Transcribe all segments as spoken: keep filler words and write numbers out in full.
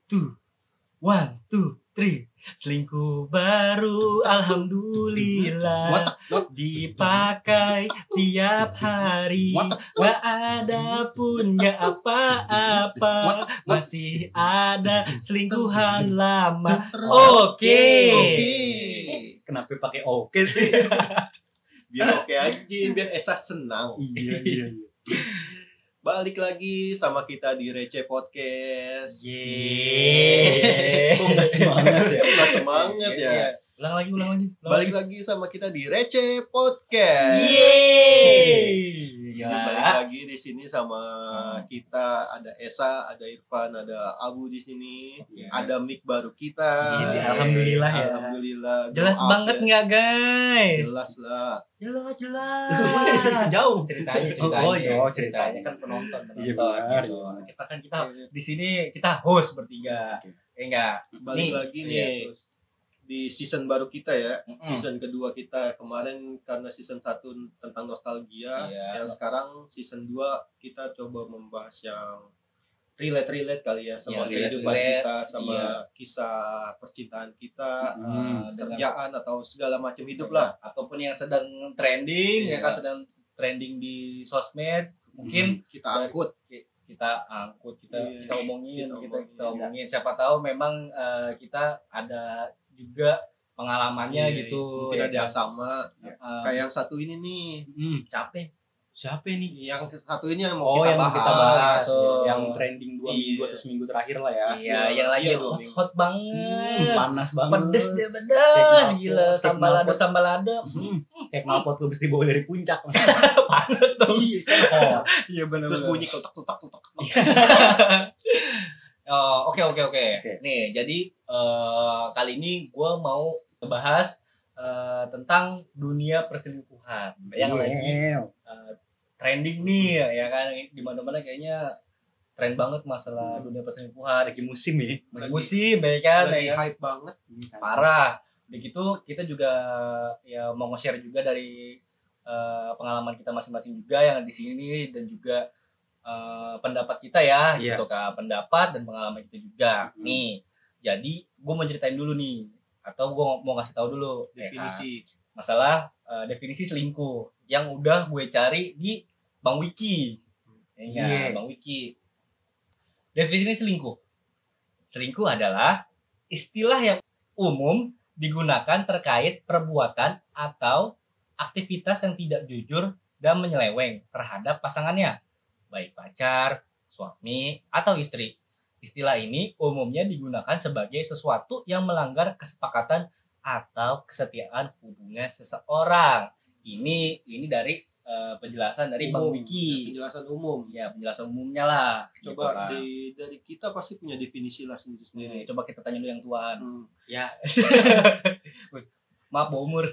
two, one, two, three. Selingkuh baru, alhamdulillah. What? What? Dipakai tiap hari. Gak ada pun gak apa-apa. Masih ada selingkuhan lama. Oke. Oke. Kenapa pakai oke sih? Biar oke aja, biar Esa senang. Iya iya iya. Balik lagi sama kita di Receh Podcast. Yeay. Kok nggak semangat ya? Kok nggak semangat ya? Ulang lagi, ulang lagi. Ulang Balik lagi sama kita di Receh Podcast. Yeay. Ini balik lagi di sini sama kita, ada Esa, ada Irfan, ada Abu di sini. Ya. Ada mic baru kita. Ini, alhamdulillah ya. Alhamdulillah. Jelas Doa banget ya. nggak guys? Jelas lah. Jelas, jelas. Jauh. Ceritanya, ceritanya. Oh, oh, oh, ceritanya. kan penonton, penonton. Iya, benar. gitu. Kita kan kita di sini kita host bertiga. Oke. Eh enggak. Balik Nih, lagi iya, nih terus. di season baru kita ya. Mm-mm. Season kedua kita kemarin karena season satu tentang nostalgia. Iya. Yang sekarang season dua kita coba membahas yang relate-relate kali ya sama Ya, kehidupan relate-relate, kita, sama iya. kisah percintaan kita, Hmm, dengan- kerjaan atau segala macam hidup lah. Ataupun yang sedang trending, Iya. ya kan sedang trending di sosmed, mungkin Kita angkut. kita angkut, kita Iya, kita omongin, kita kita kita omongin. omongin. Siapa tahu memang eh, kita ada juga pengalamannya Iya, gitu. Mungkin ya ada yang kan? sama. Eh, Kayak yang satu ini nih. Hmm, capek. siapa nih? Yang satu ini yang mau Oh, kita yang bahas. kita bahas, Tuh. yang trending dua Iya. minggu atau seminggu terakhir lah ya. Iya, Iya, yang lagi iya, hot Bang. hot Hmm, banget. panas banget. Pedes deh, pedes Kayak gila. knalpot, Sambal kayak ada, knalpot. sambal ada. Hmm, kayak knalpot lu habis dibawa dari puncak. Panas dong. Iya, kan. Oh, Iya benar. Terus bunyi kotak kotak kotak. Oh, oke oke oke. Oke. Nih, jadi eh, kali ini gue mau ngebahas eh, tentang dunia perselingkuhan yang lagi yeah. eh, trending nih ya kan, di mana-mana kayaknya tren banget masalah dunia perselingkuhan. Lagi musim ya. Musim-musim ya kan, Lagi ya kan? hype banget. Parah. Begitu kita juga ya mau nge-share juga dari eh, pengalaman kita masing-masing juga yang di sini, dan juga eh, pendapat kita ya, Iya. gitu kan, pendapat dan pengalaman kita juga. Hmm. Nih, jadi gue mau ceritain dulu nih, atau gue mau ngasih tahu dulu ya kan, Definisi. masalah eh, definisi selingkuh yang udah gue cari di Bang Wiki. Ya, Iya. Bang Wiki. Definisi selingkuh. Selingkuh adalah istilah yang umum digunakan terkait perbuatan atau aktivitas yang tidak jujur dan menyeleweng terhadap pasangannya, baik pacar, suami, atau istri. Istilah ini umumnya digunakan sebagai sesuatu yang melanggar kesepakatan atau kesetiaan hubungan seseorang. Ini ini dari eh, penjelasan dari Bang Umum. Wiki. Penjelasan umum. Ya, penjelasan umumnya lah. gitu Coba kan. di, dari kita pasti punya definisi lah sendiri-sendiri. Coba kita tanya dulu yang tuaan. Hmm. Ya, Maaf, bau umur.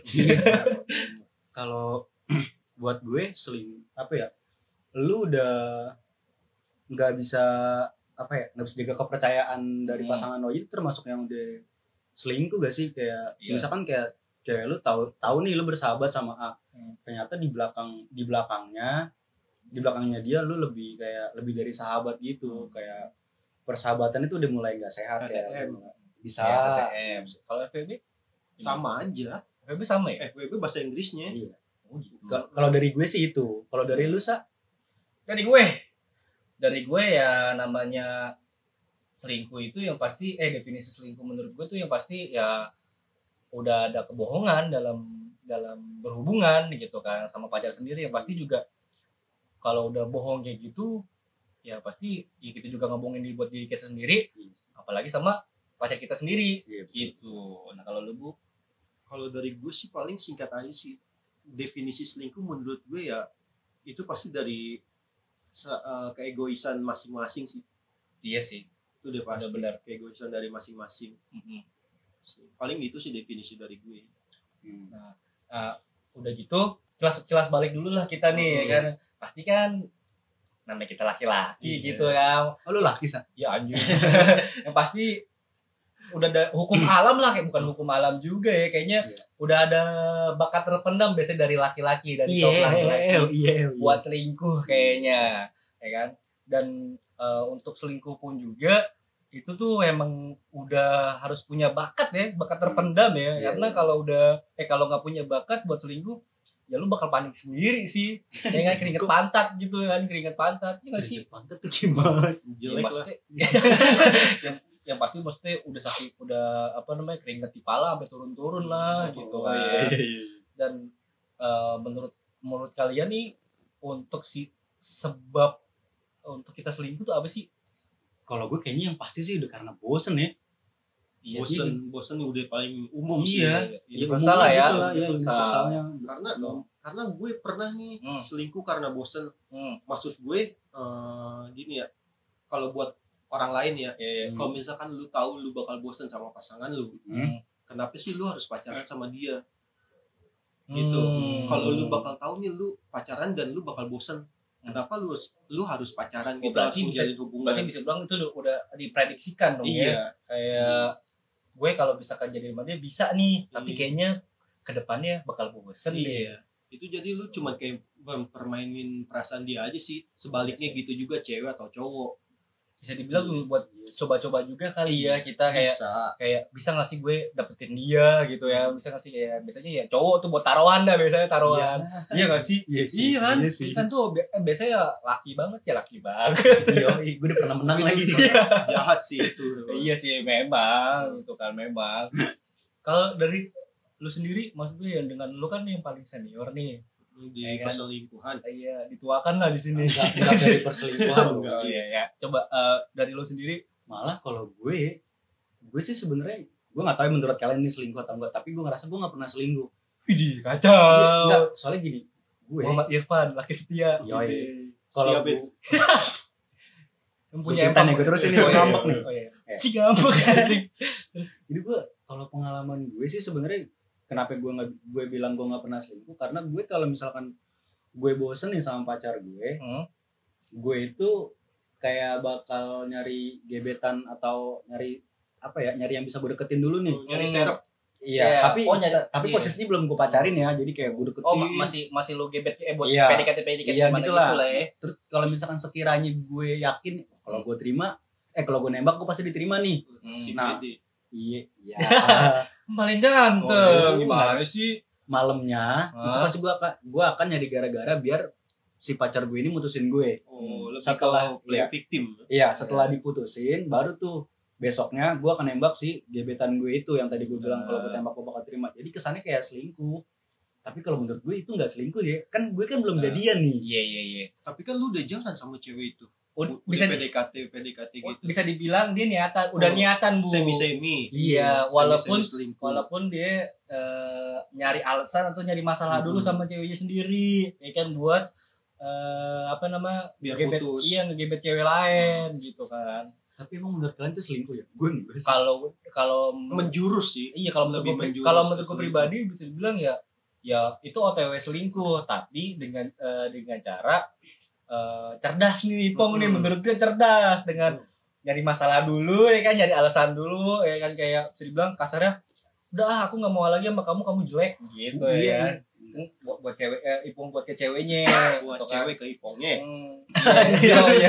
kalau buat gue seling apa ya? Lu udah nggak bisa apa ya? Nggak bisa jaga kepercayaan dari Hmm. pasangan lo, itu termasuk yang udah selingkuh gak sih? Kayak Iya. misalkan kayak kayak lu tahu tahu nih lu bersahabat sama A. Hmm. Ternyata di belakang di belakangnya di belakangnya dia lu lebih kayak lebih dari sahabat gitu. Kayak persahabatan itu udah mulai nggak sehat T T ya. M. Bisa. Ya, T T M. Kalau F W B? Sama aja. F W B sama ya? F W B bahasa Inggrisnya. Iya. Oh, gitu. Ka- Kalau dari gue sih itu. Kalau dari lu, Sa? Dari gue, dari gue ya namanya selingkuh itu yang pasti, eh definisi selingkuh menurut gue tuh yang pasti ya udah ada kebohongan dalam dalam berhubungan gitu kan, sama pacar sendiri, yang pasti juga kalau udah bohong kayak gitu ya pasti ya kita juga ngebohongin diri buat diri kita sendiri, apalagi sama pacar kita sendiri Iya, betul. gitu. Nah kalau lu Bu? Kalau dari gue sih paling singkat aja sih. Definisi selingkuh menurut gue ya itu pasti dari se- eh, keegoisan masing-masing sih. Iya sih. Itu udah pasti. Benar-benar. Keegoisan dari masing-masing. Mm-mm. Paling itu sih definisi dari gue. Hmm. Nah, uh, udah gitu kelas kelas balik dulu lah kita nih, Hmm. ya kan. Pasti kan namanya kita laki-laki Iya. gitu kan. Oh, lu laki, Sa? Ya anjir. Yang pasti udah ada hukum alam lah, kayak bukan hukum alam juga ya kayaknya. Iya. Udah ada bakat terpendam biasanya dari laki-laki, dari kaum laki-laki iya, buat selingkuh kayaknya, ya kan. Dan uh, untuk selingkuh pun juga itu tuh emang udah harus punya bakat ya, bakat terpendam ya. Iya, Karena iya. kalau udah eh kalau nggak punya bakat buat selingkuh, ya lu bakal panik sendiri sih. Kayak keringet pantat gitu kan, keringet pantat. Iya nggak sih? Keringet pantat tuh gimana? Ya, Jelek lah. maksudnya, yang yang pasti maksudnya udah sakit, udah apa namanya keringet di pala sampai turun-turun lah gitu Oh, kan. iya. Dan eh, menurut menurut kalian nih untuk si sebab untuk kita selingkuh tuh apa sih? Kalau gue kayaknya yang pasti sih udah karena bosen ya. Iya bosen bosen udah paling umum sih. Iya. universal lah ya, Gitu lah, ya, universal. universalnya. Karena karena gue pernah nih Hmm. selingkuh karena bosen. Hmm, Maksud gue eh, gini ya, kalau buat orang lain ya, iya, iya. Hmm. kalau misalkan lu tahu lu bakal bosen sama pasangan lu, Hmm. kenapa sih lu harus pacaran sama dia? Gitu. Hmm. Kalau lu bakal tahu nih lu pacaran dan lu bakal bosen, kenapa lu lu harus Oh, pacaran gitu, berarti harus bisa- menjalin hubungan? Berarti bisa bilang itu udah, udah diprediksikan dong ya. Iya. Kayak gue kalau misalkan jadi sama dia bisa nih, tapi Iya. kayaknya kedepannya bakal bosen deh. Iya. Itu jadi lu cuma kayak mempermainin perasaan dia aja sih. Sebaliknya gitu juga cewek atau cowok. Bisa dibilang buat coba-coba juga kali ya kita kayak Bisa. kayak bisa nggak sih gue dapetin dia gitu ya, bisa nggak sih kayak biasanya ya cowok tuh buat taruhan dah biasanya taruhan. Iya nggak sih? Iya sih. Iya kan? Iya sih. Kan tuh bi- biasanya laki banget ya laki banget. Iya, gue udah pernah menang lagi. Jahat sih itu. Iya sih memang itu kan memang. Kalau dari lu sendiri, maksud gue yang dengan lu kan yang paling senior nih. Di Iya kan? perselingkuhan. Iya, dituakan lah di sini. Enggak, enggak dari perselingkuhan. Enggak. Oh iya ya. Coba eh, dari lu sendiri. Malah kalau gue, gue sih sebenarnya gue nggak tahu ya menurut kalian ini selingkuh atau enggak, tapi gue ngerasa gue nggak pernah selingkuh. Widih, Iya, kacau. enggak, soalnya gini, gue Muhammad Irfan, laki setia. Yoi. Widih. kalau Setia, gue, Yang Gue cerita nih, gue terusin nih, Oh, gue iya, ngambek nih. Oh iya. Eh. Cik ngambek anjing. jadi gue kalau pengalaman gue sih sebenarnya kenapa gue nggak gue bilang gue nggak pernah selingkuh, karena gue kalau misalkan gue bosen nih sama pacar gue, Hmm. gue itu kayak bakal nyari gebetan atau nyari apa ya, nyari yang bisa gue deketin dulu nih. Nyari Hmm. serep. Iya, Iya. tapi Oh, nyari- ta- tapi iya. posisinya belum gue pacarin ya, jadi kayak gue deketin. Oh, ma- masih masih lu gebet eh buat Iya. P D K T P D K T Iya, gimana gitulah. gitu lah ya. Terus kalau misalkan sekiranya gue yakin kalau gue terima, eh kalau gue nembak gue pasti diterima nih. Hmm. Si Nah. pede. Iya, iya. Paling ganteng. Oh, Gimana sih? Malamnya Hah? itu pasti gue akan gue akan nyari gara-gara biar si pacar gue ini mutusin gue. Oh, lebih Setelah- ke play iya. victim. Iya, setelah diputusin baru tuh besoknya gue akan nembak si gebetan gue itu yang tadi gue bilang kalau gue tembak gue bakal terima. Jadi kesannya kayak selingkuh. Tapi kalau menurut gue itu nggak selingkuh ya. Kan gue kan belum Nah. jadian nih. Iya iya iya. Tapi kan lu udah jalan sama cewek itu. Ud- Udah bisa P D K T, P D K T gitu. bisa dibilang dia niatan, udah Oh, niatan Bu. Semi-semi. Iya, walaupun Semi-semi selingkuh. walaupun dia eh, nyari alasan atau nyari masalah dulu Hmm. sama ceweknya sendiri, ya kan buat eh, apa nama Biar ngegebet, putus. iya ngegebet cewek lain gitu kan. Tapi emang menurut kalian itu selingkuh ya? Gue enggak sih. Kalau kalau menjurus sih. iya kalau menurut lebih gue pri- menjurus kalau ke menurut gue selingkuh. pribadi bisa dibilang ya ya itu O T W selingkuh, tapi dengan eh, dengan cara eh, cerdas nih Pong nih, Hmm. menurut gue cerdas dengan nyari masalah dulu ya kan, nyari alasan dulu ya kan, kayak bisa dibilang kasarnya udah ah, aku nggak mau lagi sama kamu, kamu jelek gitu ya Iya. kan. buat buat cewek eh, Ipong buat ke ceweknya Buat gitu kan. cewek ke ipongnya. Hmm, iya, iya.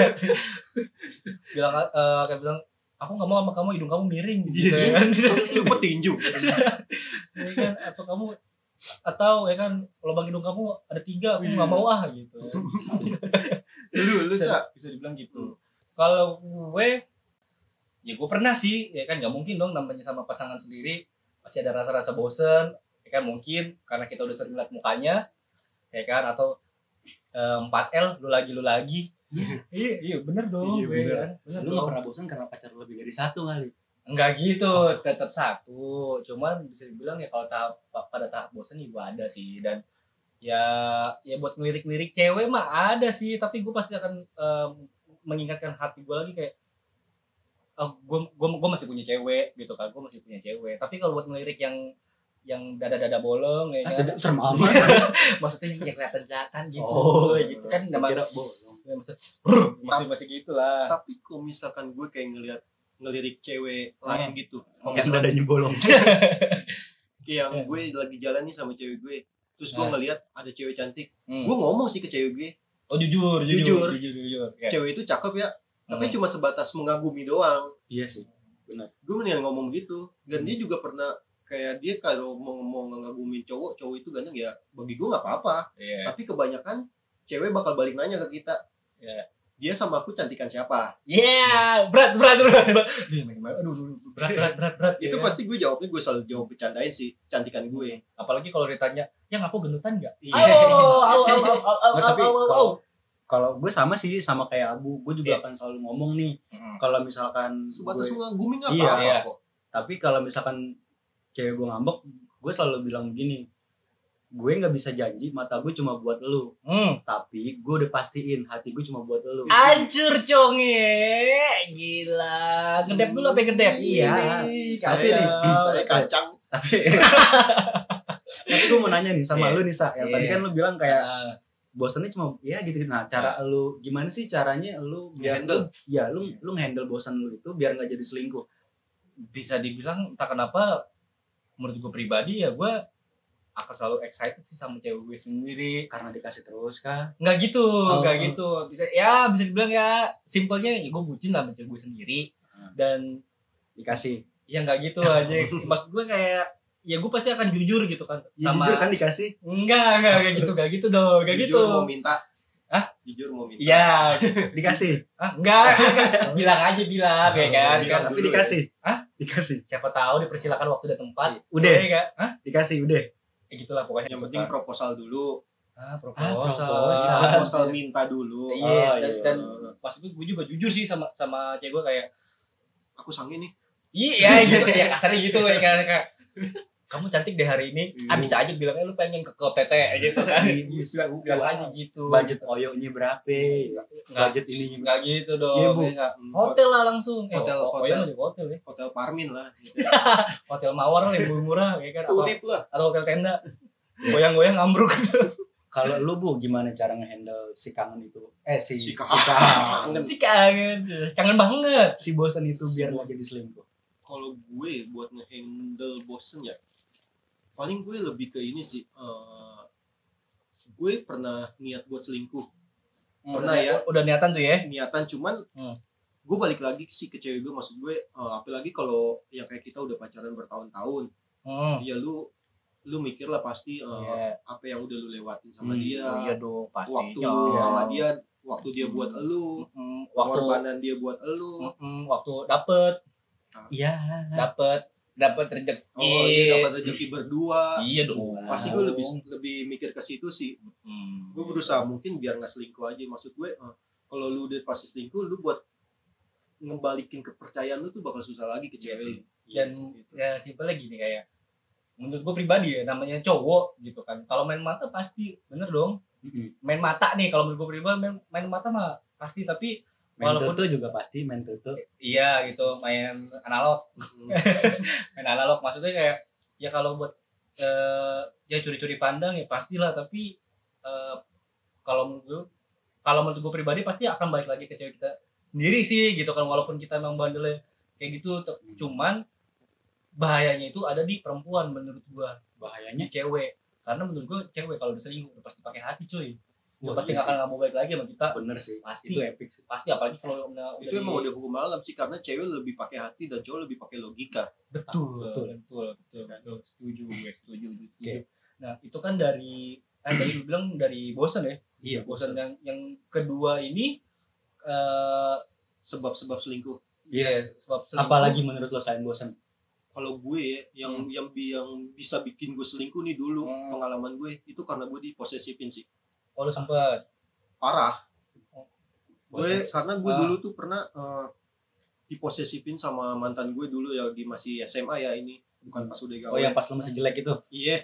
bilang eh, kayak bilang aku nggak mau sama kamu, hidung kamu miring gitu ya kan. Lu petinju. Ya kan, atau kamu atau ya kan lubang hidung kamu ada tiga, aku nggak mau ah gitu. Lu lu Bisa, sa. bisa dibilang gitu. Kalau gue ya gue pernah sih ya kan, nggak mungkin dong namanya sama pasangan sendiri pasti ada rasa-rasa bosen ya kan, mungkin karena kita udah sering lihat mukanya ya kan, atau empat L lu lagi lu lagi. Iya iya bener dong. Iya, gue bener. kan. Bener Lu dong. gak pernah bosan karena pacar lebih dari satu kali. Enggak gitu, tetap satu. Cuman bisa dibilang ya kalau tahap pada tahap bosan ya gue ada sih, dan ya ya buat ngelirik-lirik cewek mah ada sih, tapi gue pasti akan em, mengingatkan hati gue lagi kayak oh, gue gue gue masih punya cewek gitu kan, gue masih punya cewek. Tapi kalau buat ngelirik yang yang dada-dada bolong ya Ah, kan, dada serem amat. maksudnya yang kelihatan kelihatan gitu, Oh, gitu kan, nama kira bolong. ya, maksud, masih masih gitulah. Tapi kalau misalkan gue kayak ngelihat ngelirik cewek lain gitu. Kalau Yang misalkan dadanya bolong. yang gue lagi jalan nih sama cewek gue, terus gue Nah. ngelihat ada cewek cantik, Hmm. gue ngomong sih ke cewek gue, Oh jujur, Jujur. jujur, jujur, jujur. Ya. cewek itu cakep ya, tapi Hmm. cuma sebatas mengagumi doang. Iya sih, benar. Gue mendingan ngomong gitu. Dan dia juga pernah kayak dia kalau mau mau ngagumin cowok, cowok itu ganteng ya bagi gue nggak apa-apa. Iya. Tapi kebanyakan cewek bakal balik nanya ke kita. Iya. Dia sama aku cantikan siapa? Yeah, berat berat berat. berat. Aduh, aduh, berat berat berat berat. Itu ya. pasti gue jawabnya gue selalu jawab bercandain sih cantikan gue. Apalagi kalau ditanya, "Yang aku gendutan enggak?" Iya. Oh, au au au au au. Nah, tapi au, au, au. kalau kalau gue sama sih sama kayak Abu, gue juga Iya. akan selalu ngomong nih Mm-mm. kalau misalkan Sebatas gue, ngagumi nggak Iya. apa-apa Iya. kok. tapi kalau misalkan cewek gue ngambek, gue selalu bilang begini, gue nggak bisa janji mata gue cuma buat lu, Hmm. tapi gue udah pastiin hati gue cuma buat lu. Hancur conge. Gila. Ngedep dulu apa yang ngedep? Iya. Ih, Tapi kacau. nih, Saya kacang. Tapi tapi gue mau nanya nih sama Iya. lu nih Sa, yang tadi Iya. kan lu bilang kayak Ah, bosannya cuma ya gitu gitu. Nah, cara lu gimana sih caranya lu Ya, handle. ya lu lu handle bosan lu itu biar nggak jadi selingkuh? bisa dibilang entah kenapa menurut gue pribadi ya gue akan selalu excited sih sama cewek gue sendiri. Karena dikasih terus kah? Nggak gitu, Oh. nggak gitu. Bisa ya bisa dibilang ya simpelnya ya gue bucin lah sama cewek gue sendiri Hmm. dan Dikasih. ya nggak gitu aja. Maksud gue kayak ya gue pasti akan jujur gitu kan Ya sama jujur kan dikasih. enggak enggak kayak gitu enggak gitu dong enggak gitu. Jujur mau minta. Hah? Jujur mau minta. Iya, Dikasih. ah, enggak, enggak, bilang aja bilang kayak kan. Bilang Kan. Tapi dulu dikasih. Hah? Dikasih. Siapa tahu dipersilakan waktu dan tempat. Udah. Boleh nggak? Hah? Dikasih udah. Ya gitulah pokoknya. Yang penting proposal dulu. ah, Ah, proposal. proposal. Proposal minta dulu. Iya, Oh, dan, iya. dan maksud gue, gue juga jujur sih sama sama cewek gue kayak Aku sange nih. iya gitu ya kasarnya gitu ya kayak, kayak kamu cantik deh hari ini. Ah bisa aja bilangnya lu pengen ke ke T T gitu kan. Bisa, Bilang aja gitu. Budget oyonya berapa? Nggak, Budget ini nggak gitu Iya, dong. Bu. Kayak, Hmm, hotel lah langsung. Eh, Hotel, oh, oh, hotel. iya mah di hotel ya. Hotel Parmin lah. Gitu. Hotel mawar lah yang murah kayak kan atau, Tulip lah. atau hotel tenda. Goyang-goyang ambruk. Kalau lu Bu gimana cara ngehandle si kangen itu? Eh si Si si kangen. kangen. Si kangen. Kangen banget. Si bosan itu biar nggak jadi selingkuh. Kalau gue buat nge-handle bosen ya, paling gue lebih ke ini sih. eh, gue pernah niat buat selingkuh. Pernah udah, ya. Udah niatan tuh ya. Niatan cuman Hmm. gue balik lagi sih ke cewek gue. Maksud gue, eh, apalagi kalau yang kayak kita udah pacaran bertahun-tahun, Hmm. ya lu lu mikir lah pasti eh, Iya. apa yang udah lu lewatin sama Hmm, dia, Oh, iya dong pasti. waktu lu sama dia, waktu dia buat Hmm. elu, Mm, waktu pengorbanan dia buat elu. mm, waktu dapet Iya. dapet dapet rezeki. Oh iya, dapat rezeki berdua. Iya dong. Pasti gue lebih lebih mikir ke situ sih. Hmm. Gue berusaha mungkin biar nggak selingkuh aja. Maksud gue eh, kalau lu udah pasti selingkuh, lu buat ngebalikin kepercayaan lu tuh bakal susah lagi ke Iya cewek sih. lu. Dan Gitu. ya simpelnya gini kayak menurut gue pribadi ya namanya cowok gitu kan. Kalau main mata pasti bener dong. Mm-mm. Main mata nih kalau menurut gue pribadi main, main mata mah pasti tapi Main walaupun tutu juga pasti main tutu. iya gitu main analog Hmm. main analog maksudnya kayak ya kalau buat eh, ya curi-curi pandang ya pastilah tapi eh, kalau menurut gue kalau menurut gue pribadi pasti akan balik lagi ke cewek kita sendiri sih gitu kan walaupun kita memang bandelnya kayak gitu t- cuman bahayanya itu ada di perempuan menurut gue di Bahayanya. cewek karena menurut gue cewek kalau udah selingkuh udah pasti pakai hati cuy udah Wah, pasti iya nggak akan nggak mau balik lagi sama kita Bener sih. Pasti. Itu epic sih. pasti apalagi kalau udah, Itu udah emang di- udah hukum alam sih karena cewek lebih pakai hati dan cowok lebih pakai logika. betul Betul. betul betul betul setuju gue setuju setuju Oke. nah itu kan dari kan tadi lu bilang dari bosan ya Iya, bosan yang yang kedua ini eh Sebab-sebab selingkuh. Iya. sebab selingkuh. Apalagi menurut lo selain bosan? Kalau gue ya, yang yang bi- yang bisa bikin gue selingkuh nih dulu Hmm. pengalaman gue itu karena gue diposesifin sih. oh lu sempet Parah. Gue Poses- karena gue Ah. dulu tuh pernah eh, diposesifin sama mantan gue dulu ya di masih S M A ya ini bukan pas udah gawe. Oh yang pas lo masih jelek itu? Iya.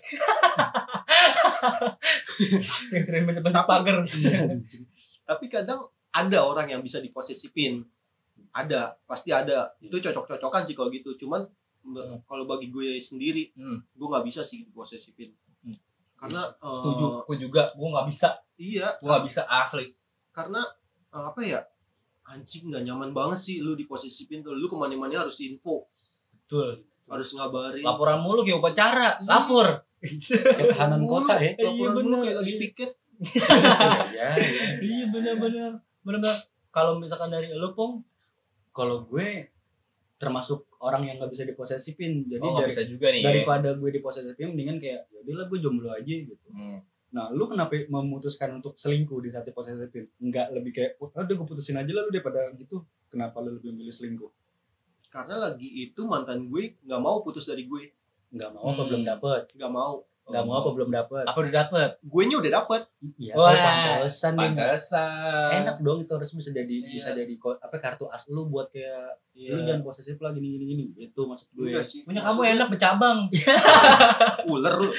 yang sering banyak Tapi- pagar Tapi kadang ada orang yang bisa diposesifin. Ada, pasti ada. Itu cocok-cocokan sih kalau gitu. Cuman Hmm. kalau bagi gue sendiri, Hmm. gue nggak bisa sih diposesifin. Hmm. Karena eh, setuju gue juga gue nggak bisa Iya, gue nggak bisa asli karena eh, apa ya? Anjing nggak nyaman banget sih lu diposesifin tuh. Lu kemana-mana harus info, betul harus ngabarin. laporan mulu kayak upacara Hmm. lapor Ketahanan kota ya? Iya, Laporan mulu bener. kayak lagi piket. Iya, iya. iya benar-benar benar-benar kalau misalkan dari lu pong Kalau gue termasuk orang yang nggak bisa diposesifin. Jadi Oh, nggak dari, bisa juga nih. daripada gue diposesifin mendingan kayak ya udahlah gue jomblo aja gitu. Hmm. Nah, lu kenapa memutuskan untuk selingkuh di saat diposesifin? Enggak lebih kayak, oh, udah gue putusin aja lah lu daripada gitu. Kenapa lu lebih memilih selingkuh? Karena lagi itu mantan gue nggak mau putus dari gue, Enggak mau apa Hmm. belum dapet? nggak mau. Enggak mau apa belum dapet? Apa udah dapet? Gue nya udah dapet. Iya, Wah, oh, pantesan dia nggak- Pantesan. enak dong itu harus bisa jadi Iya. bisa jadi ko- apa kartu as lu buat kayak Iya. lu jangan posesif lah gini gini gini itu maksud gue. Enggak sih. Punya kamu Maksudnya enak bercabang. ular lu.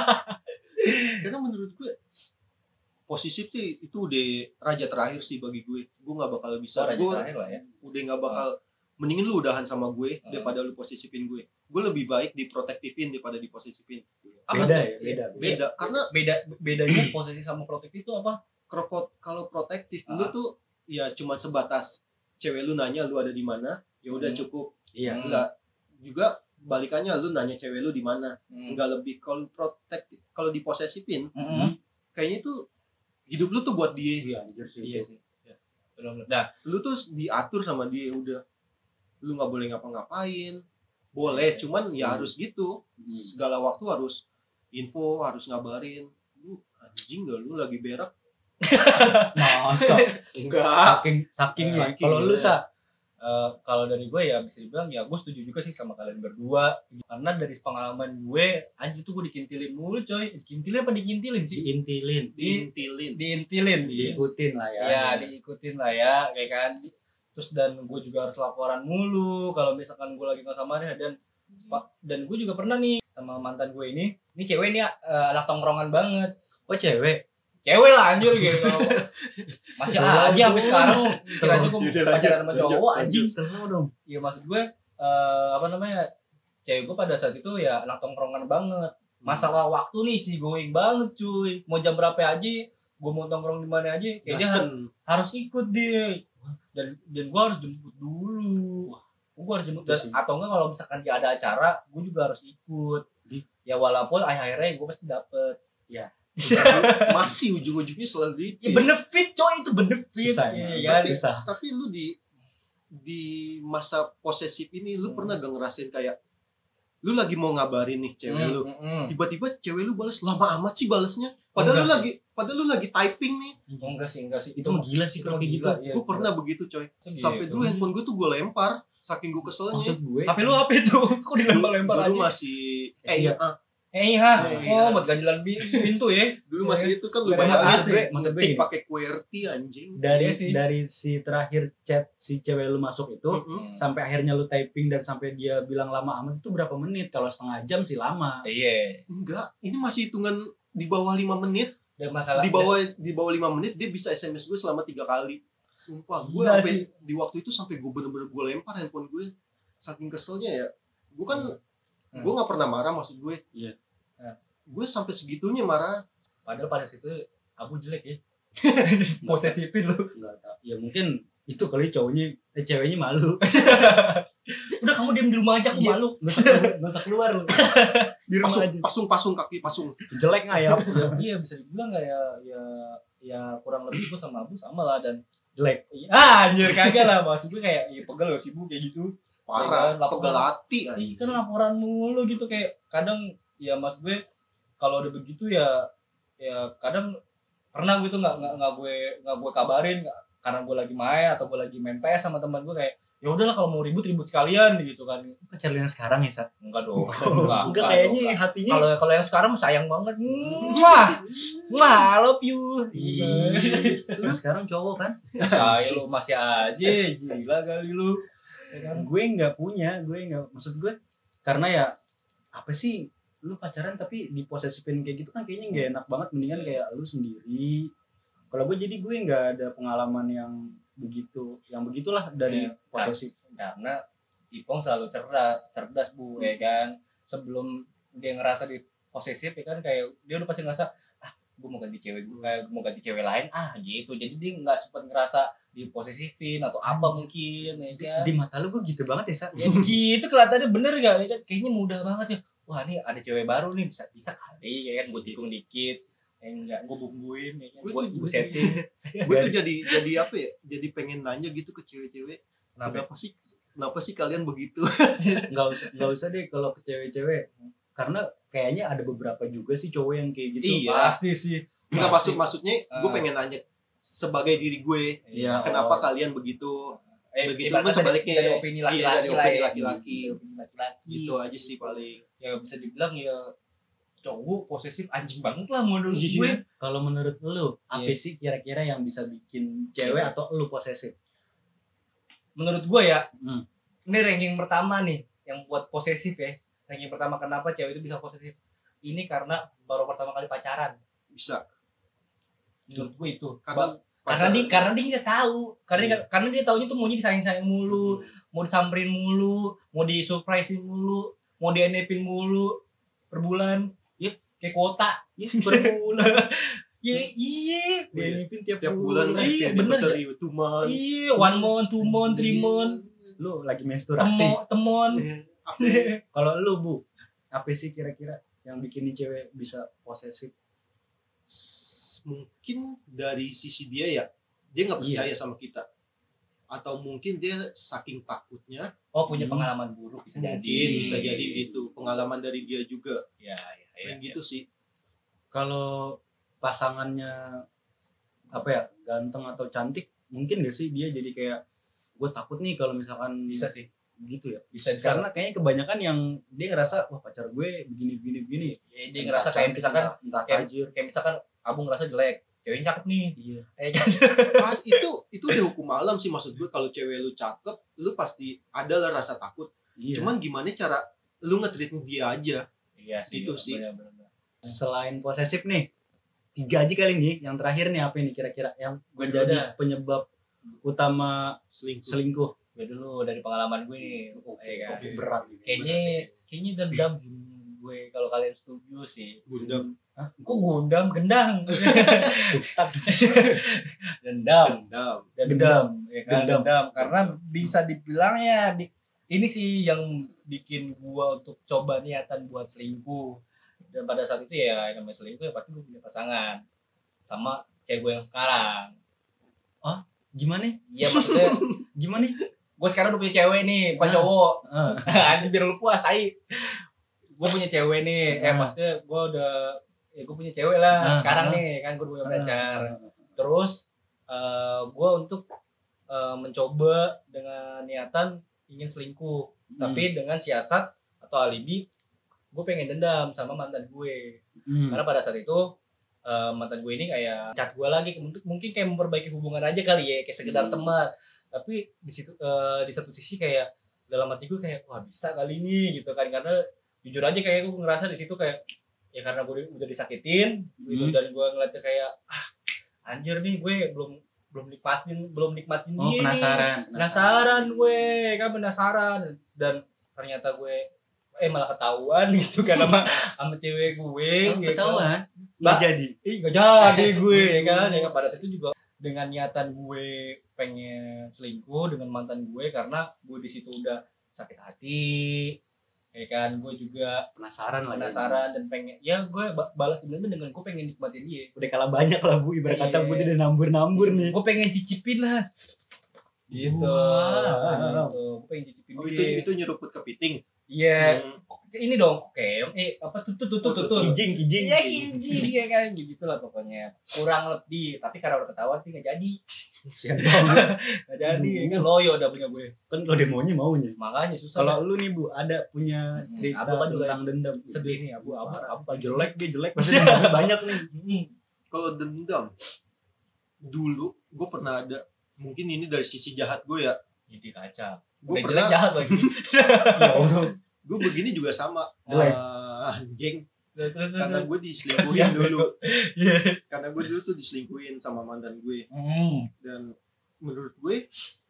Karena menurut gue posisi tuh itu udah raja terakhir sih bagi gue. Gue nggak bakal bisa. Raja Gue terakhir lah ya. udah nggak bakal. Mendingin lu udahan sama gue Hmm. daripada lu posisifin gue. Gue lebih baik diprotektifin daripada diposisifin. Apa Beda tuh? ya, beda. beda. Beda. Karena Beda bedanya posisi sama protektif itu apa? kalau kalau protektif Ah. lu tuh ya cuma sebatas cewek lu nanya lu ada di mana, ya udah Hmm. cukup. Iya. Hmm. Enggak juga balikannya lu nanya cewek lu di mana. Hmm. Enggak lebih kalau protektif kalau diposesifin Hmm. kayaknya tuh hidup lu tuh buat dia. Iya anjir sih Iya itu. sih. Ya. Benar-benar. Nah, Lu tuh diatur sama dia udah. Lu nggak boleh ngapa-ngapain. Boleh, cuman ya Hmm. harus gitu. Hmm. Segala waktu harus info, harus ngabarin. Lu anjing gak lu lagi berak? Masa Enggak. saking sakingnya. Saking, Kalau lu ya. sa eh, kalau dari gue ya bisa dibilang ya gue setuju juga sih sama kalian berdua karena dari pengalaman gue anjir tuh gue dikintilin mulu coy. Dikintilin apa dikintilin sih? diintilin, Diintilin. Diintilin. diikutin lah ya. Ya, diikutin lah ya, kayak kan. Terus dan gue juga harus laporan mulu kalau misalkan gue lagi nggak sama dia dan dan gue juga pernah nih sama mantan gue ini. Ini cewek ini eh, anak tongkrongan banget. Oh cewek. Cewek lah anjir gitu. Masih Selalu aja sampai tuh. sekarang kiranya gue Yaudah, lanjut, pacaran sama lanjut, cowok anjing. Selalu dong. Iya maksud gue eh, apa namanya? Cewek gue pada saat itu ya anak tongkrongan banget. Masalah waktu nih sih going banget cuy. Mau jam berapa aja, gue mau tongkrong di mana aja, kayaknya har- Gasken. harus ikut dia. Dan dan gue harus jemput dulu. Gue harus jemput Itu dan, sih. atau enggak kalau misalkan dia ada acara, gue juga harus ikut. Ya walaupun akhirnya gue pasti dapet. Masih ujung-ujungnya selalu itu. Ya benefit coy, itu benefit. Susah Iya emang. kan? Susah. Tapi lu di di masa posesif ini lu Hmm. pernah gak ngerasain kayak lu lagi mau ngabarin nih cewek Hmm, lu, hmm, hmm. tiba-tiba cewek lu balas lama amat sih balesnya. Padahal Enggak lu sih. lagi padahal lu lagi typing nih. Oh, enggak sih, enggak sih. Itu mah gila sih kalau kayak gitu. Iya, Gue pernah begitu coy. Gitu. Sampai dulu handphone gue tuh gue lempar saking gue keselnya. Maksud gue. Tapi lu apa itu? Kok dilempar-lempar Dulu aja? masih Eh, eh iya. ah, Eh iya. Iya. Oh, buat ganjilan bi- pintu ya. dulu masih itu kan lu Gak ada bayangin A C. maksud gue, maksud gue ngetik gini. pakai QWERTY anjing. Dari Iya sih. dari si terakhir chat si cewek lu masuk itu Mm-mm. sampai akhirnya lu typing dan sampai dia bilang lama amat itu berapa menit? Kalau setengah jam sih lama. Iya. Enggak, ini masih hitungan di bawah lima menit. Dan masalah Di bawah di bawah lima menit dia bisa S M S gue selama tiga kali. Sumpah, gue Gila sampai sih. di waktu itu sampai gue bener-bener gue lempar handphone gue. Saking keselnya ya. Gue kan Hmm. gue nggak pernah marah maksud gue. Iya. Hmm. Gue sampai segitunya marah. Padahal pada situ Abu jelek ya. Posesifin lu. Enggak tahu. Ya mungkin itu kali cowoknya eh, ceweknya malu. Udah kamu diam di rumah aja, aku Iya. malu. Nggak usah keluar, nggak usah keluar lu. Di rumah Pasung, aja. pasung, pasung kaki, pasung. Jelek nggak ya? Iya bisa dibilang kayak ya ya kurang lebih gue sama Abu sama lah dan Jelek. Iya, ah, anjir kagak lah maksud gue kayak ya pegel loh sibuk kayak gitu. Parah, Iya, laporan. pegal hati. Iya anjing. kan laporan mulu gitu kayak kadang ya mas gue kalau udah begitu ya ya kadang pernah gue tuh nggak nggak nggak gue nggak gue kabarin nggak- karena gue lagi main atau gue lagi main P S sama teman gue kayak ya udahlah kalau mau ribut ribut sekalian gitu kan. Pacar lu yang sekarang ya, Sa? Enggak dong. Enggak kayaknya enggak. hatinya. Kalau kalau yang sekarang sayang banget. Wah. Wah, I love you. Ih, lu sekarang cowok kan? Kayak lu masih aja gila kali lu. Ya kan? Gue nggak punya, gue nggak maksud gue karena ya apa sih lu pacaran tapi diposesifin kayak gitu kan kayaknya nggak enak banget, mendingan kayak lu sendiri. Kalau gue jadi gue nggak ada pengalaman yang begitu, yang begitulah dari Iya. posesif. Karena Ipong selalu cerdas, cerdas Bu, ya kan. Sebelum dia ngerasa di posesif ya kan kayak dia udah pasti ngerasa ah, gue mau ganti cewek gue, kayak mau ganti cewek lain ah gitu. Jadi dia nggak sempet ngerasa diposesifin atau apa mungkin ya kan. Di mata lu gue gitu banget ya, Sa? Ya gitu kelihatannya bener gak ya kan? Kayaknya mudah banget ya. Wah ini ada cewek baru nih bisa bisa kali ya kan gue tikung dikit. Ya enggak gue bumbuin ya kan. Gue Gue tuh- gue setting. Gue tuh jadi jadi apa ya? Jadi pengen nanya gitu ke cewek-cewek. Kenapa? Kenapa sih kenapa sih kalian begitu? Nggak usah nggak usah deh kalau ke cewek-cewek, karena kayaknya ada beberapa juga sih cowok yang kayak gitu. Iya. Pasti sih. Enggak Pasti. maksud maksudnya gue Ah. pengen nanya sebagai diri gue, Iya. kenapa Oh. kalian begitu? Eh, Begitu ibaratnya pun dari- sebaliknya. dari opini Iya, laki-laki dari lah opini ya. laki-laki. Dari opini laki-laki. Gitu aja sih paling. Ya bisa dibilang ya cowok posesif anjing banget lah menurut Iya. gue. Kalau menurut lu, apa Iya. sih kira-kira yang bisa bikin cewek Cewek. atau lu posesif? Menurut gue ya, Hmm. ini ranking pertama nih yang buat posesif ya. Ranking pertama kenapa cewek itu bisa posesif? Ini karena baru pertama kali pacaran. Bisa. Menurut gue itu. Karena Ba- karena dia karena dia nggak tahu. Karena dia, nggak- karena dia taunya tuh maunya disayang-sayang mulu, mau disamperin mulu, mau disurprisein mulu, mau dienepin mulu per bulan. Iya. Kayak kuota. Ya, per bulan. Iya, iya. Dia nipin tiap, setiap bulan bulan. Iya, kayak bener. anniversary two month. Iya, one month, two month, three month, Lu lagi menstruasi. temo, temon. Apa? Kalau lu, Bu, apa sih kira-kira yang bikin nih cewek bisa posesif? S- Mungkin dari sisi dia ya, dia nggak Iya. percaya sama kita. Atau mungkin dia saking takutnya, Oh, punya Hmm. pengalaman buruk bisa jadi. mungkin bisa jadi gitu. Pengalaman dari dia juga. Ya, ya, ya. Kayak gitu sih. Kalau pasangannya apa ya, ganteng atau cantik, mungkin gak sih dia jadi kayak gue takut nih kalau misalkan Bisa sih. gitu ya. Bisa, bisa. Karena kayaknya kebanyakan yang dia ngerasa wah pacar gue begini begini begini. Ya, dia ngerasa kayak misalkan entah, entah kayak- tajir. kayak misalkan Abu ngerasa jelek, ceweknya cakep nih. Iya. Ya kan? Pas itu itu udah hukum alam sih, maksud gue. Kalau cewek lu cakep, lu pasti ada lah rasa takut. Iya. Cuman gimana cara lu nge-treat dia aja. Iya sih. Itu sih. benar-benar. Selain posesif nih, tiga aja kali nih. Yang terakhir nih apa ini kira-kira yang Gue menjadi dulu dah. penyebab utama Selingkuh. selingkuh? Gue dulu dari pengalaman gue nih. Oke, ya kan? oke, berat ini. Kayaknya kayaknya dendam sih gue kalau kalian setuju sih. Gundam. Hah? Kok gundam, gendang. Tak. Dendam. Dendam. Dendam, ya kan? Dendam. Dendam. Karena bisa dibilangnya di- ini sih yang bikin gua untuk coba niatan buat selingkuh. Dan pada saat itu ya yang namanya selingkuh ya pasti gue punya pasangan sama cewek gue yang sekarang. Gimana? Iya maksudnya Gimana? gue sekarang udah punya cewek nih, bukan Ah. cowok. Ah. Anjir biar lu puas, tai. Gue punya cewek nih, eh Ah. maksudnya gue udah ya gue punya cewek lah Ah, sekarang ah. nih kan gue udah punya pacar. Ah. Terus eh gue untuk eh, mencoba dengan niatan ingin selingkuh, Hmm. tapi dengan siasat atau alibi gue pengen dendam sama mantan gue. Hmm. Karena pada saat itu eh, mantan gue ini kayak chat gue lagi, untuk mungkin kayak memperbaiki hubungan aja kali ya, kayak sekedar Hmm. teman. Tapi di situ eh, di satu sisi kayak dalam hati gue kayak wah bisa kali ini gitu kan, karena jujur aja kayak gue ngerasa di situ kayak ya karena gue udah disakitin gitu, Hmm. dan gue ngeliatnya kayak ah anjir nih gue belum belum nikmatin belum nikmatin Oh, dia nih. penasaran. penasaran gue kan penasaran, dan ternyata gue eh malah ketahuan gitu kan sama sama cewek gue. Oh, ya kan. ketahuan. Mbak. Nggak jadi. Ih gak jadi gue ya kan, ya kan pada saat itu juga dengan niatan gue pengen selingkuh dengan mantan gue karena gue di situ udah sakit hati, ya kan gue juga Penasaran lah. penasaran dan pengen ya gue ba- balas dendamnya dengan gue pengen nikmatin dia, Udah kalah banyak lah Bu. Ibarat kata Iya. Bu dia udah nambur-nambur nih. gue pengen cicipin lah gitu. Wow. Gitu. Gue pengen cicipin Oh, dia. itu itu nyeruput kepiting. Iya, Hmm. ini dong, oke, eh apa tutut tutut tutut. Kijing, kijing. Iya kijing ya kan, gitu lah pokoknya. Kurang lebih, tapi karena udah ketahuan sih nggak jadi, Sian banget. nggak jadi. Ya kan loyo udah punya gue, Kan kalau dia maunya maunya. makanya susah. Kalau lu nih Bu, ada punya Hmm, cerita Abu kan juga tentang dendam. sedih nih, abu abu abu paling Jelek dia jelek pasti dendamnya banyak nih. sedih. Hmm. Kalau dendam, dulu gue pernah ada, mungkin ini dari sisi jahat gue ya. Jadi kaca. Gue Udah jelek pernah, jahat lagi. Ya Allah. gue begini juga sama. Jelek. Ah, geng, Terus terus karena terus. gue diselingkuhin Kasihan dulu. Iya. Karena gue dulu tuh diselingkuhin sama mantan gue. Hmm. Dan menurut gue,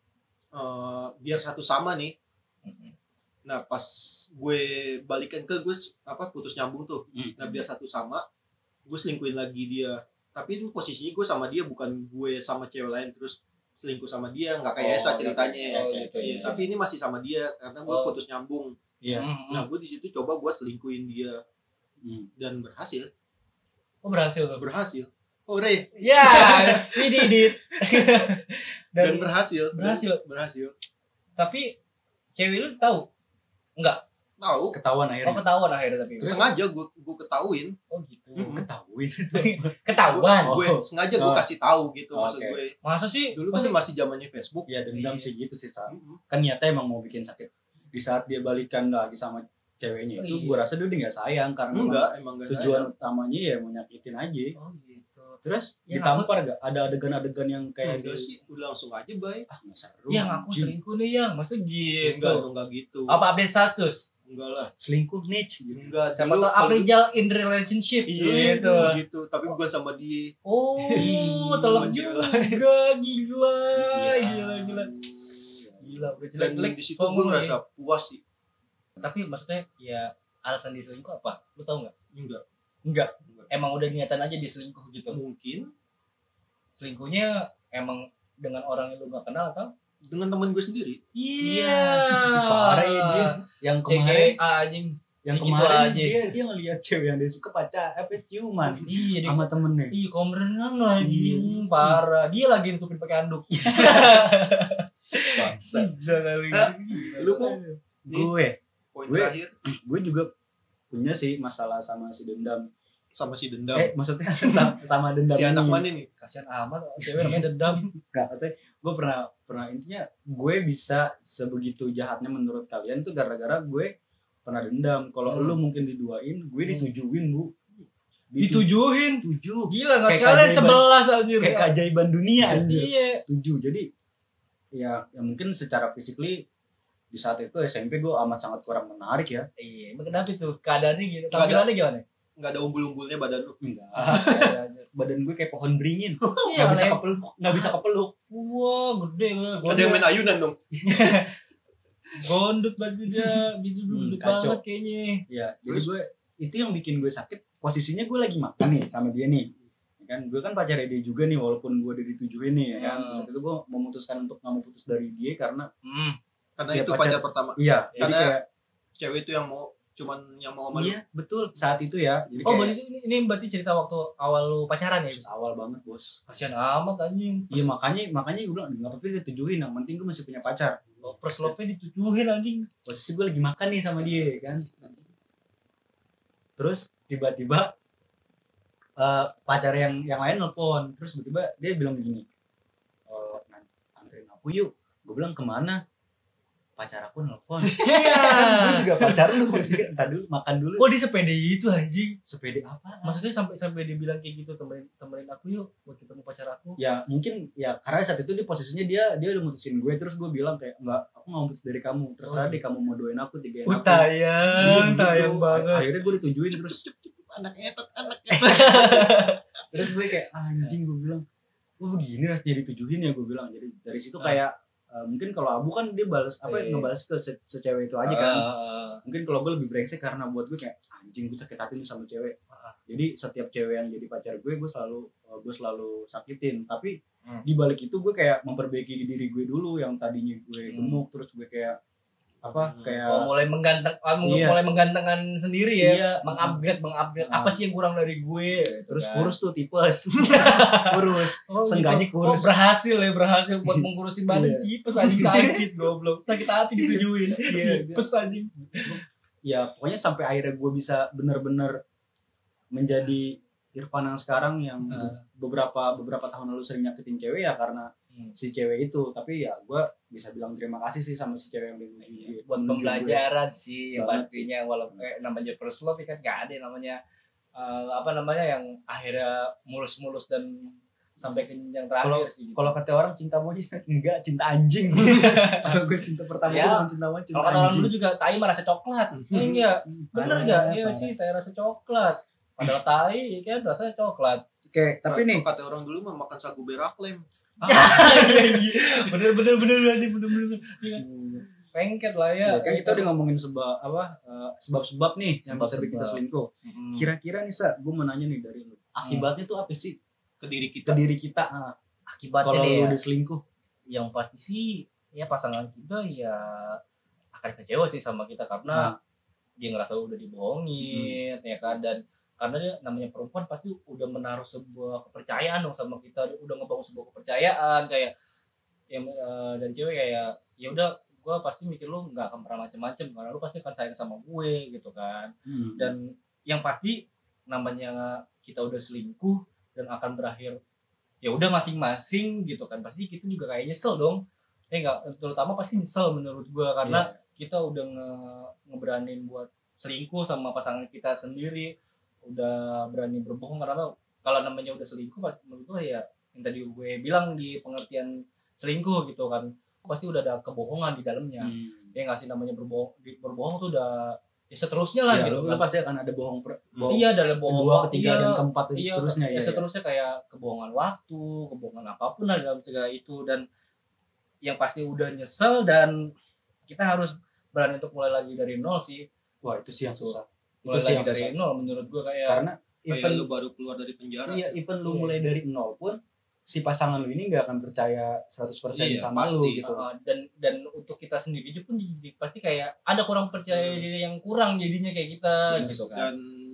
eh, biar satu sama nih. Nah pas gue balikan ke gue apa putus nyambung tuh. Nah biar satu sama, gue selingkuhin lagi dia. Tapi itu posisinya gue sama dia, bukan gue sama cewek lain terus selingkuh sama dia, nggak kayak Esa Oh, ceritanya. Oh, gitu, Iya, iya. tapi ini masih sama dia karena gue Oh. putus nyambung. Iya. Hmm. Nah gue di situ coba buat selingkuhin dia Hmm. dan berhasil, Oh berhasil tuh. berhasil. Ore, Ya, we did it. dan, Dan berhasil, dan berhasil. berhasil. Tapi cewek lu tahu? Enggak. Tahu. Ketahuan Oh, akhirnya. ketahuan akhirnya tapi. Sengaja gue gue ketahuin. Oh gitu. Hmm. Ketahuin itu. Ketahuan. Oh. Gue sengaja gue Oh. kasih tahu gitu Oh, maksud oke. gue. Masa sih? Dulu kan masih zamannya Facebook. Ya dendam Iya. sih gitu sih Sa. Mm-mm. Kan niatnya emang mau bikin sakit. Di saat dia balikan lagi sama ceweknya itu, Iya. gue rasa dia udah nggak sayang karena emang Enggak, emang enggak. tujuan utamanya ya mau nyakitin aja. Oh gitu. Terus Yang ditampar gak? Ada adegan-adegan yang kayak Enggak di- sih, udah langsung aja baik. ah nggak seru. Yang aku anjing. selingkuh nih yang, masa gitu. Enggak, tuh enggak gitu. Apa update status? Enggak lah. Selingkuh niche gitu. Enggak. Siapa dulu tau kalau- Aprijal in relationship Iya, gitu. gitu. Tapi bukan sama dia. Oh, Ih, telak sama cewek juga, gila, Iya. gila, gila, gila, udah Dan jelek-jelek. di situ suami gue lu ngerasa ya. puas sih. Tapi maksudnya ya alasan dia selingkuh apa? Lu tau nggak? Enggak. Enggak. Enggak. Emang udah niatan aja dia selingkuh gitu. Mungkin Selingkuhnya emang dengan orang yang lu gak kenal atau? dengan teman gue sendiri. Iya. Parah ya dia. Yang kemarin C G A anjing. yang segitu kemarin aja. dia dia ngelihat cewek yang dia suka pacar apa ciuman Iya dia. sama temennya. Iya komerenan lagi. Iya. Hmm, parah. Dia lagi nutupin pakai anduk. Bangsa. Gila kali. Lu kok Gue poin Gue- terakhir gue juga punya sih masalah sama si dendam. sama si dendam. Eh maksudnya sama, sama dendam si anak ini. mana nih? Kasihan amat cewek namanya dendam. Enggak, maksudnya gue pernah pernah intinya gue bisa sebegitu jahatnya menurut kalian tuh gara-gara gue pernah dendam. Kalau Hmm. lu mungkin diduain, gue Hmm. ditujuin, Bu. Ditujuhin. Tujuh. Gila enggak Kayak sekalian keajaiban- sebelas anjir. Kayak keajaiban dunia anjir. Iya. Tujuh. Jadi ya ya mungkin secara physically di saat itu S M P gue amat sangat kurang menarik ya. Iya, emang kenapa tuh? Keadaannya gitu. Nggak ada. Tampilannya gimana? Enggak ada umbul-umbulnya badan lu. Enggak. Iya, anjir. Badan gue kayak pohon beringin. Iya, Nggak bisa Lem. kepeluk, nggak bisa kepeluk. Wah, gede gue. Ada yang main ayunan dong. Gondut bajunya, gitu Hmm, dulu kacau. banget kayaknya. Ya, jadi Terus? gue itu yang bikin gue sakit. Posisinya gue lagi makan nih sama dia nih. Ya kan, gue kan pacarnya dia juga nih walaupun gue udah ditujuin nih ya kan. Hmm. Saat itu gue memutuskan untuk nggak mau putus dari dia karena Hmm. Karena Ya, itu pacar- pacar pertama. iya, jadi Karena kayak Cewek itu yang mau cuman yang mau sama lu. iya, betul saat itu ya. Jadi Oh, kayak berarti ini, ini berarti cerita waktu awal lu pacaran ya? awal banget, Bos. Kasihan amat anjing. Iya, makanya makanya gue bilang enggak apa-apa ditujuin, yang penting gue masih punya pacar. Oh, first love-nya ditujuhin anjing. Posisi gue lagi makan nih sama dia ya kan. Terus tiba-tiba eh, pacar yang yang lain nelpon, terus tiba-tiba dia bilang begini, "Eh, nan- anterin aku yuk." Gue bilang kemana? Pacar aku nelpon. Iya. Gue juga pacar lu, maksudnya entar dulu makan dulu. Kok di sepede itu anjing? Sepede apa? Maksudnya sampai sampai dia bilang kayak gitu, temenin temenin aku yuk buat ketemu pacar aku. Ya mungkin ya karena saat itu di posisinya dia dia udah mutusin gue, terus gue bilang kayak enggak, aku nggak mau putus dari kamu, terserah Oh. deh kamu mau doain aku, tigain Uh, aku. tayang, Iya, gitu. tayang banget. Akhirnya gue ditujuin terus Anak etot, anak etot. terus gue kayak anjing, gue bilang gue begini rasanya ditujuin ya, gue bilang. Jadi dari situ kayak eh, mungkin kalau Abu kan dia balas apa Iya. ngebales ke se- secewek itu aja kan. Ah, Mungkin kalau gue lebih brengsek karena buat gue kayak anjing, gue sakit hati nih sama cewek. Ah. Jadi setiap cewek yang jadi pacar gue gue selalu eh, gue selalu sakitin. Tapi Hmm. di balik itu gue kayak memperbaiki diri gue dulu yang tadinya gue Hmm. gemuk, terus gue kayak apa Hmm. kayak Oh, mulai mengganteng, ah, Iya. mulai menggantengkan sendiri ya, Iya. mengupgrade, mengupgrade. Ah. Apa sih yang kurang dari gue? Gitu terus kan. kurus tuh tipes. Kurus. Oh, Seenggaknya gitu. kurus. Oh, berhasil ya, berhasil buat mengkurusin badan Iya. tipes anjing, sakit goblok. Sakit hati ditujuin. Iya. Tipes anjing. Ya pokoknya sampai akhirnya gue bisa benar-benar menjadi Irfan yang sekarang yang Ah. beberapa beberapa tahun lalu sering nyakitin cewek ya karena Hmm. si cewek itu. Tapi ya gue bisa bilang terima kasih sih sama si cewek yang menuju Iya, buat menuju gue. pembelajaran sih ya Banget pastinya, walaupun eh, namanya first love ya kan gak ada yang namanya eh, apa namanya yang akhirnya mulus-mulus dan sampai ke jenjang terakhir sih gitu. Kalau kata orang cinta monyet enggak, cinta anjing. Kalau gue cinta pertama Ya, gue bukan cinta monyet, cinta Kalau kata orang anjing. dulu juga tai mah rasa coklat. Iya enggak? Bener Parah, enggak? Iya parah. sih, tai rasa coklat. Padahal tai ya kan rasanya coklat. Oke, tapi nih kata orang dulu mah makan sagu beraklem. Iya iya. Bener bener bener anjing, bener bener. Iya. Pengket lah ya. ya kan kita udah ngomongin sebab apa eh, sebab-sebab nih yang bisa bikin kita Sebab-sebab. selingkuh. Mm. Kira-kira nih Sa, gue mau nanya nih dari lu. Akibatnya tuh apa sih Ke diri ke kita. diri kita ah, Akibatnya kalau deh lu ya, udah selingkuh? yang pasti sih ya pasangan kita ya akan kecewa sih sama kita karena Nah. dia ngerasa udah dibohongin ya kan, dan karena dia namanya perempuan pasti udah menaruh sebuah kepercayaan dong sama kita, dia udah ngebangun sebuah kepercayaan kayak yang eh, dari cewek kayak ya udah gue pasti mikir lu nggak akan pernah macem-macem karena lu pasti akan sayang sama gue gitu kan. Hmm. Dan yang pasti namanya kita udah selingkuh dan akan berakhir ya udah masing-masing gitu kan, pasti kita juga kayak nyesel dong. Eh nggak, terutama pasti nyesel menurut gue karena yeah. kita udah nge ngeberanin buat selingkuh sama pasangan kita sendiri, udah berani berbohong karena kalau namanya udah selingkuh pasti menurut gue ya yang tadi gue bilang di pengertian selingkuh gitu kan, pasti udah ada kebohongan di dalamnya. Hmm. Ya nggak sih, namanya berbohong, berbohong tuh udah ya seterusnya lah ya, gitu kan. Pasti akan ada bohong, per, bohong iya, ada bohong kedua, ketiga iya, dan keempat dan iya, seterusnya ya, ya seterusnya kayak kebohongan waktu, kebohongan apapun lah dalam segala itu. Dan yang pasti udah nyesel dan kita harus berani untuk mulai lagi dari nol sih. Wah itu sih yang susah. Mulai itu sih lagi yang dari susah. nol menurut gue kayak karena even even lu baru keluar dari penjara. Iya, even lu mulai dari nol pun si pasangan lu ini nggak akan percaya seratus persen iya, sama pasti. Lu gitu. Uh, dan dan untuk kita sendiri pun pasti kayak ada kurang percaya hmm. diri yang kurang jadinya kayak kita hmm. gitu kan. Dan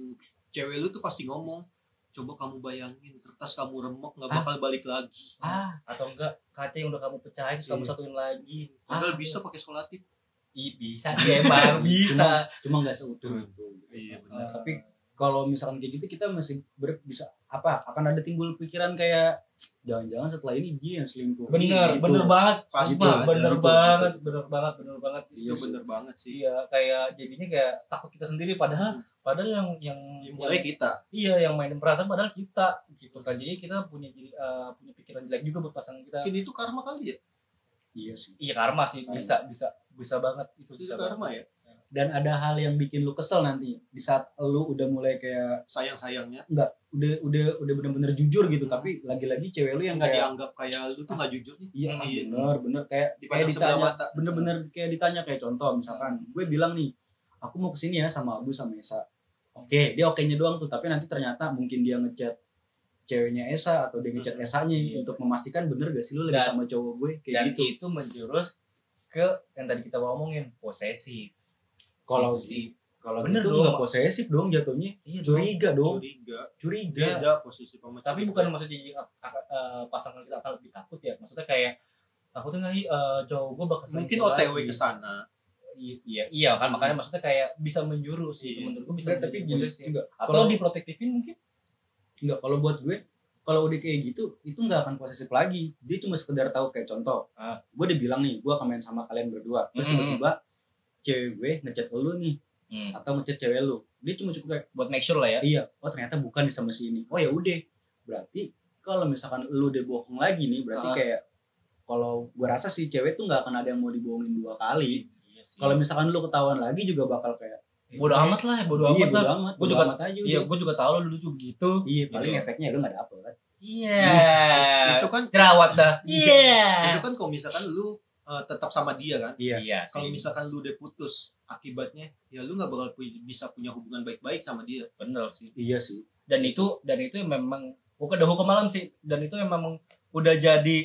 cewek lu tuh pasti ngomong, coba kamu bayangin kertas kamu remuk nggak bakal ah. balik lagi. Ah, atau enggak kaca yang udah kamu pecahin terus iya. kamu satuin lagi. Padahal ah, bisa pakai solatif. Ih, bisa sih emang bisa. Cuma nggak seutuh itu. Iya Uh, benar. tapi kalau misalkan kayak gitu kita masih ber, bisa apa akan ada timbul pikiran kayak jangan-jangan setelah ini dia yang selingkuh. Bener, gitu. bener banget. Pasti gitu, bener gitu, banget, gitu. bener banget, bener banget. Itu bener banget sih. Iya, kayak jadinya kayak takut kita sendiri padahal hmm. padahal yang yang mulai yang, kita. Iya, yang mainin perasaan padahal kita gitu kan. Jadi kita punya uh, punya pikiran jelek juga buat pasangan kita. Mungkin itu karma kali ya? Iya sih. Iya, karma sih, karma. bisa bisa bisa banget itu, itu bisa karma banget. Ya. Dan ada hal yang bikin lu kesel nanti di saat lu udah mulai kayak sayang-sayangnya enggak udah udah udah benar-benar jujur gitu hmm. tapi lagi-lagi cewek lu yang nggak kayak dianggap kayak lu tuh nggak jujur nih. Iya, iya. bener bener kayak kayak ditanya bener-bener kayak ditanya kayak contoh misalkan gue bilang nih aku mau kesini ya sama Abu sama Esa. Oke, dia oke-nya doang tuh, tapi nanti ternyata mungkin dia ngechat ceweknya Esa atau dia ngechat hmm. Esanya hmm. untuk memastikan bener gak sih lu lagi dan, sama cowok gue kayak dan gitu. Dan itu menjurus ke yang tadi kita ngomongin posesif. Kalau si kalau bener itu nggak posesif dong jatuhnya, iya, curiga dong, curiga, curiga. Beda posisi pemain. Tapi bukan maksudnya uh, pasangan kita akan lebih takut ya, maksudnya kayak takutnya nanti uh, cowok gue bakal mungkin O T W ke sana. Iya, iya kan hmm. makanya maksudnya kayak bisa menjurus sih, iya. menurut gue bisa. Nggak, tapi gini, enggak. Atau kalau diprotektifin mungkin? Enggak, kalau buat gue, kalau udah kayak gitu, itu nggak akan posesif lagi. Dia cuma sekedar tahu kayak contoh. Ah. Gue udah bilang nih, gue akan main sama kalian berdua, terus hmm. tiba-tiba cewek gue ngechat lu nih hmm. atau ngechat cewek lu, dia cuma cukup kayak buat make sure lah ya. Iya, oh ternyata bukan sama si ini. Oh ya udah, berarti kalau misalkan lu udah bohong lagi nih, berarti uh. kayak kalau gue rasa si cewek tuh nggak akan ada yang mau dibohongin dua kali. Iya kalau misalkan lu ketahuan lagi juga bakal kayak eh, bodo amat lah, bodo iya, amat bodo lah. amat, gue juga amat aja. Iya, gue juga tahu lu dulu juga gitu. Iya, paling gitu. Efeknya lu nggak dapet kan. Iya. Yeah. Itu kan jerawat dah. Iya. Yeah. Itu kan kalau misalkan lu Uh, tetap sama dia kan. Iya. iya kalau misalkan lu udah putus akibatnya ya lu nggak bakal pu- bisa punya hubungan baik-baik sama dia. Bener sih. Iya sih. Dan itu dan itu memang bukan dah hukum malam sih, dan itu memang udah jadi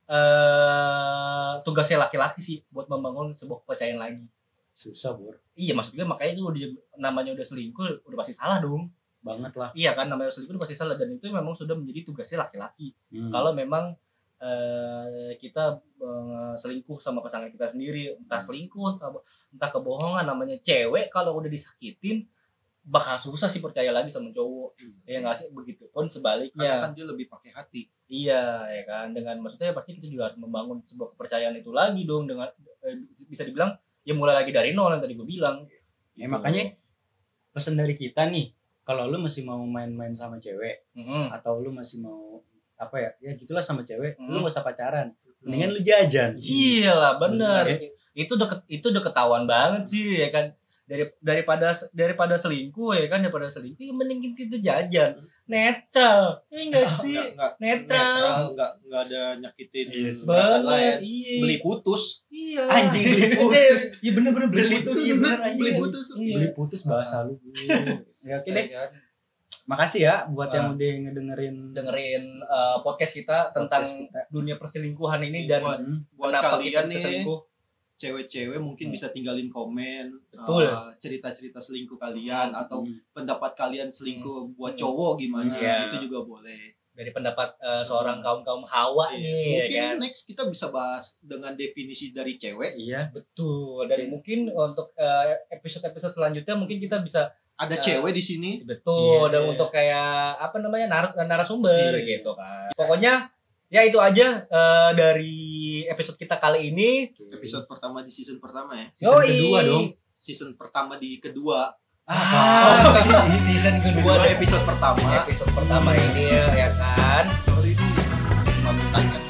uh, tugasnya laki-laki sih buat membangun sebuah kepercayaan lagi. Susah Bor. Iya, maksudnya makanya itu udah namanya udah selingkuh udah pasti salah dong. Banget lah. Iya kan, namanya selingkuh udah pasti salah, dan itu memang sudah menjadi tugasnya laki-laki. Hmm. Kalau memang Uh, kita uh, selingkuh sama pasangan kita sendiri, entah selingkuh entah, entah kebohongan, namanya cewek kalau udah disakitin bakal susah sih percaya lagi sama cowok. hmm. Ya nggak sih, begitu pun sebaliknya, karena kan dia lebih pakai hati. Iya ya kan, dengan maksudnya pasti kita juga harus membangun sebuah kepercayaan itu lagi dong, dengan eh, bisa dibilang ya mulai lagi dari nol yang tadi gue bilang ya. Gitu. Makanya pesan dari kita nih, kalau lu masih mau main-main sama cewek mm-hmm. atau lu masih mau apa ya ya gitulah sama cewek, hmm. lu gak usah pacaran, mendingan hmm. lu jajan. Iya lah, bener. bener. Itu deket itu udah ketahuan banget sih ya kan, dari daripada daripada selingkuh ya kan, daripada selingkuh ya mending kita jajan netral, ya enggak sih? Enggak, netral, enggak enggak ada nyakitin yes. perasaan lain. Iya. Beli putus. Iya. Anjing beli putus. Iya bener-bener beli, beli putus, iya bener anjing. Beli putus. Iya. Beli putus bahasa lu. Ya oke deh. Makasih ya buat uh, yang udah ngedengerin dengerin uh, podcast kita tentang podcast kita. Dunia perselingkuhan ini, dan buat, buat kalian nih cewek-cewek mungkin hmm. bisa tinggalin komen uh, cerita-cerita selingkuh kalian, hmm. atau hmm. pendapat kalian selingkuh hmm. buat cowok gimana, hmm. itu juga boleh. dari pendapat uh, seorang kaum kaum hawa Iya. nih, Mungkin ya kan? next kita bisa bahas dengan definisi dari cewek. Iya. Betul. Dan mungkin untuk uh, episode-episode selanjutnya mungkin kita bisa Ada Uh, cewek di sini. betul. Iya. Dan untuk kayak apa namanya nar- narasumber Iya. gitu kan. Pokoknya ya itu aja uh, dari episode kita kali ini. Episode pertama di season pertama ya. Season Yoi. kedua dong. Season pertama di kedua. Ah, season kedua Kedua dan episode pertama. episode pertama ini ya, ya kan. Sorry ini pamitan kan.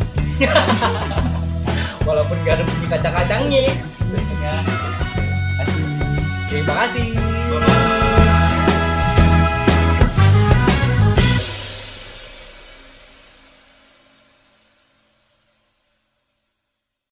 Walaupun gak ada bunyi kacang-kacangnya. Ya. Asik. Terima kasih.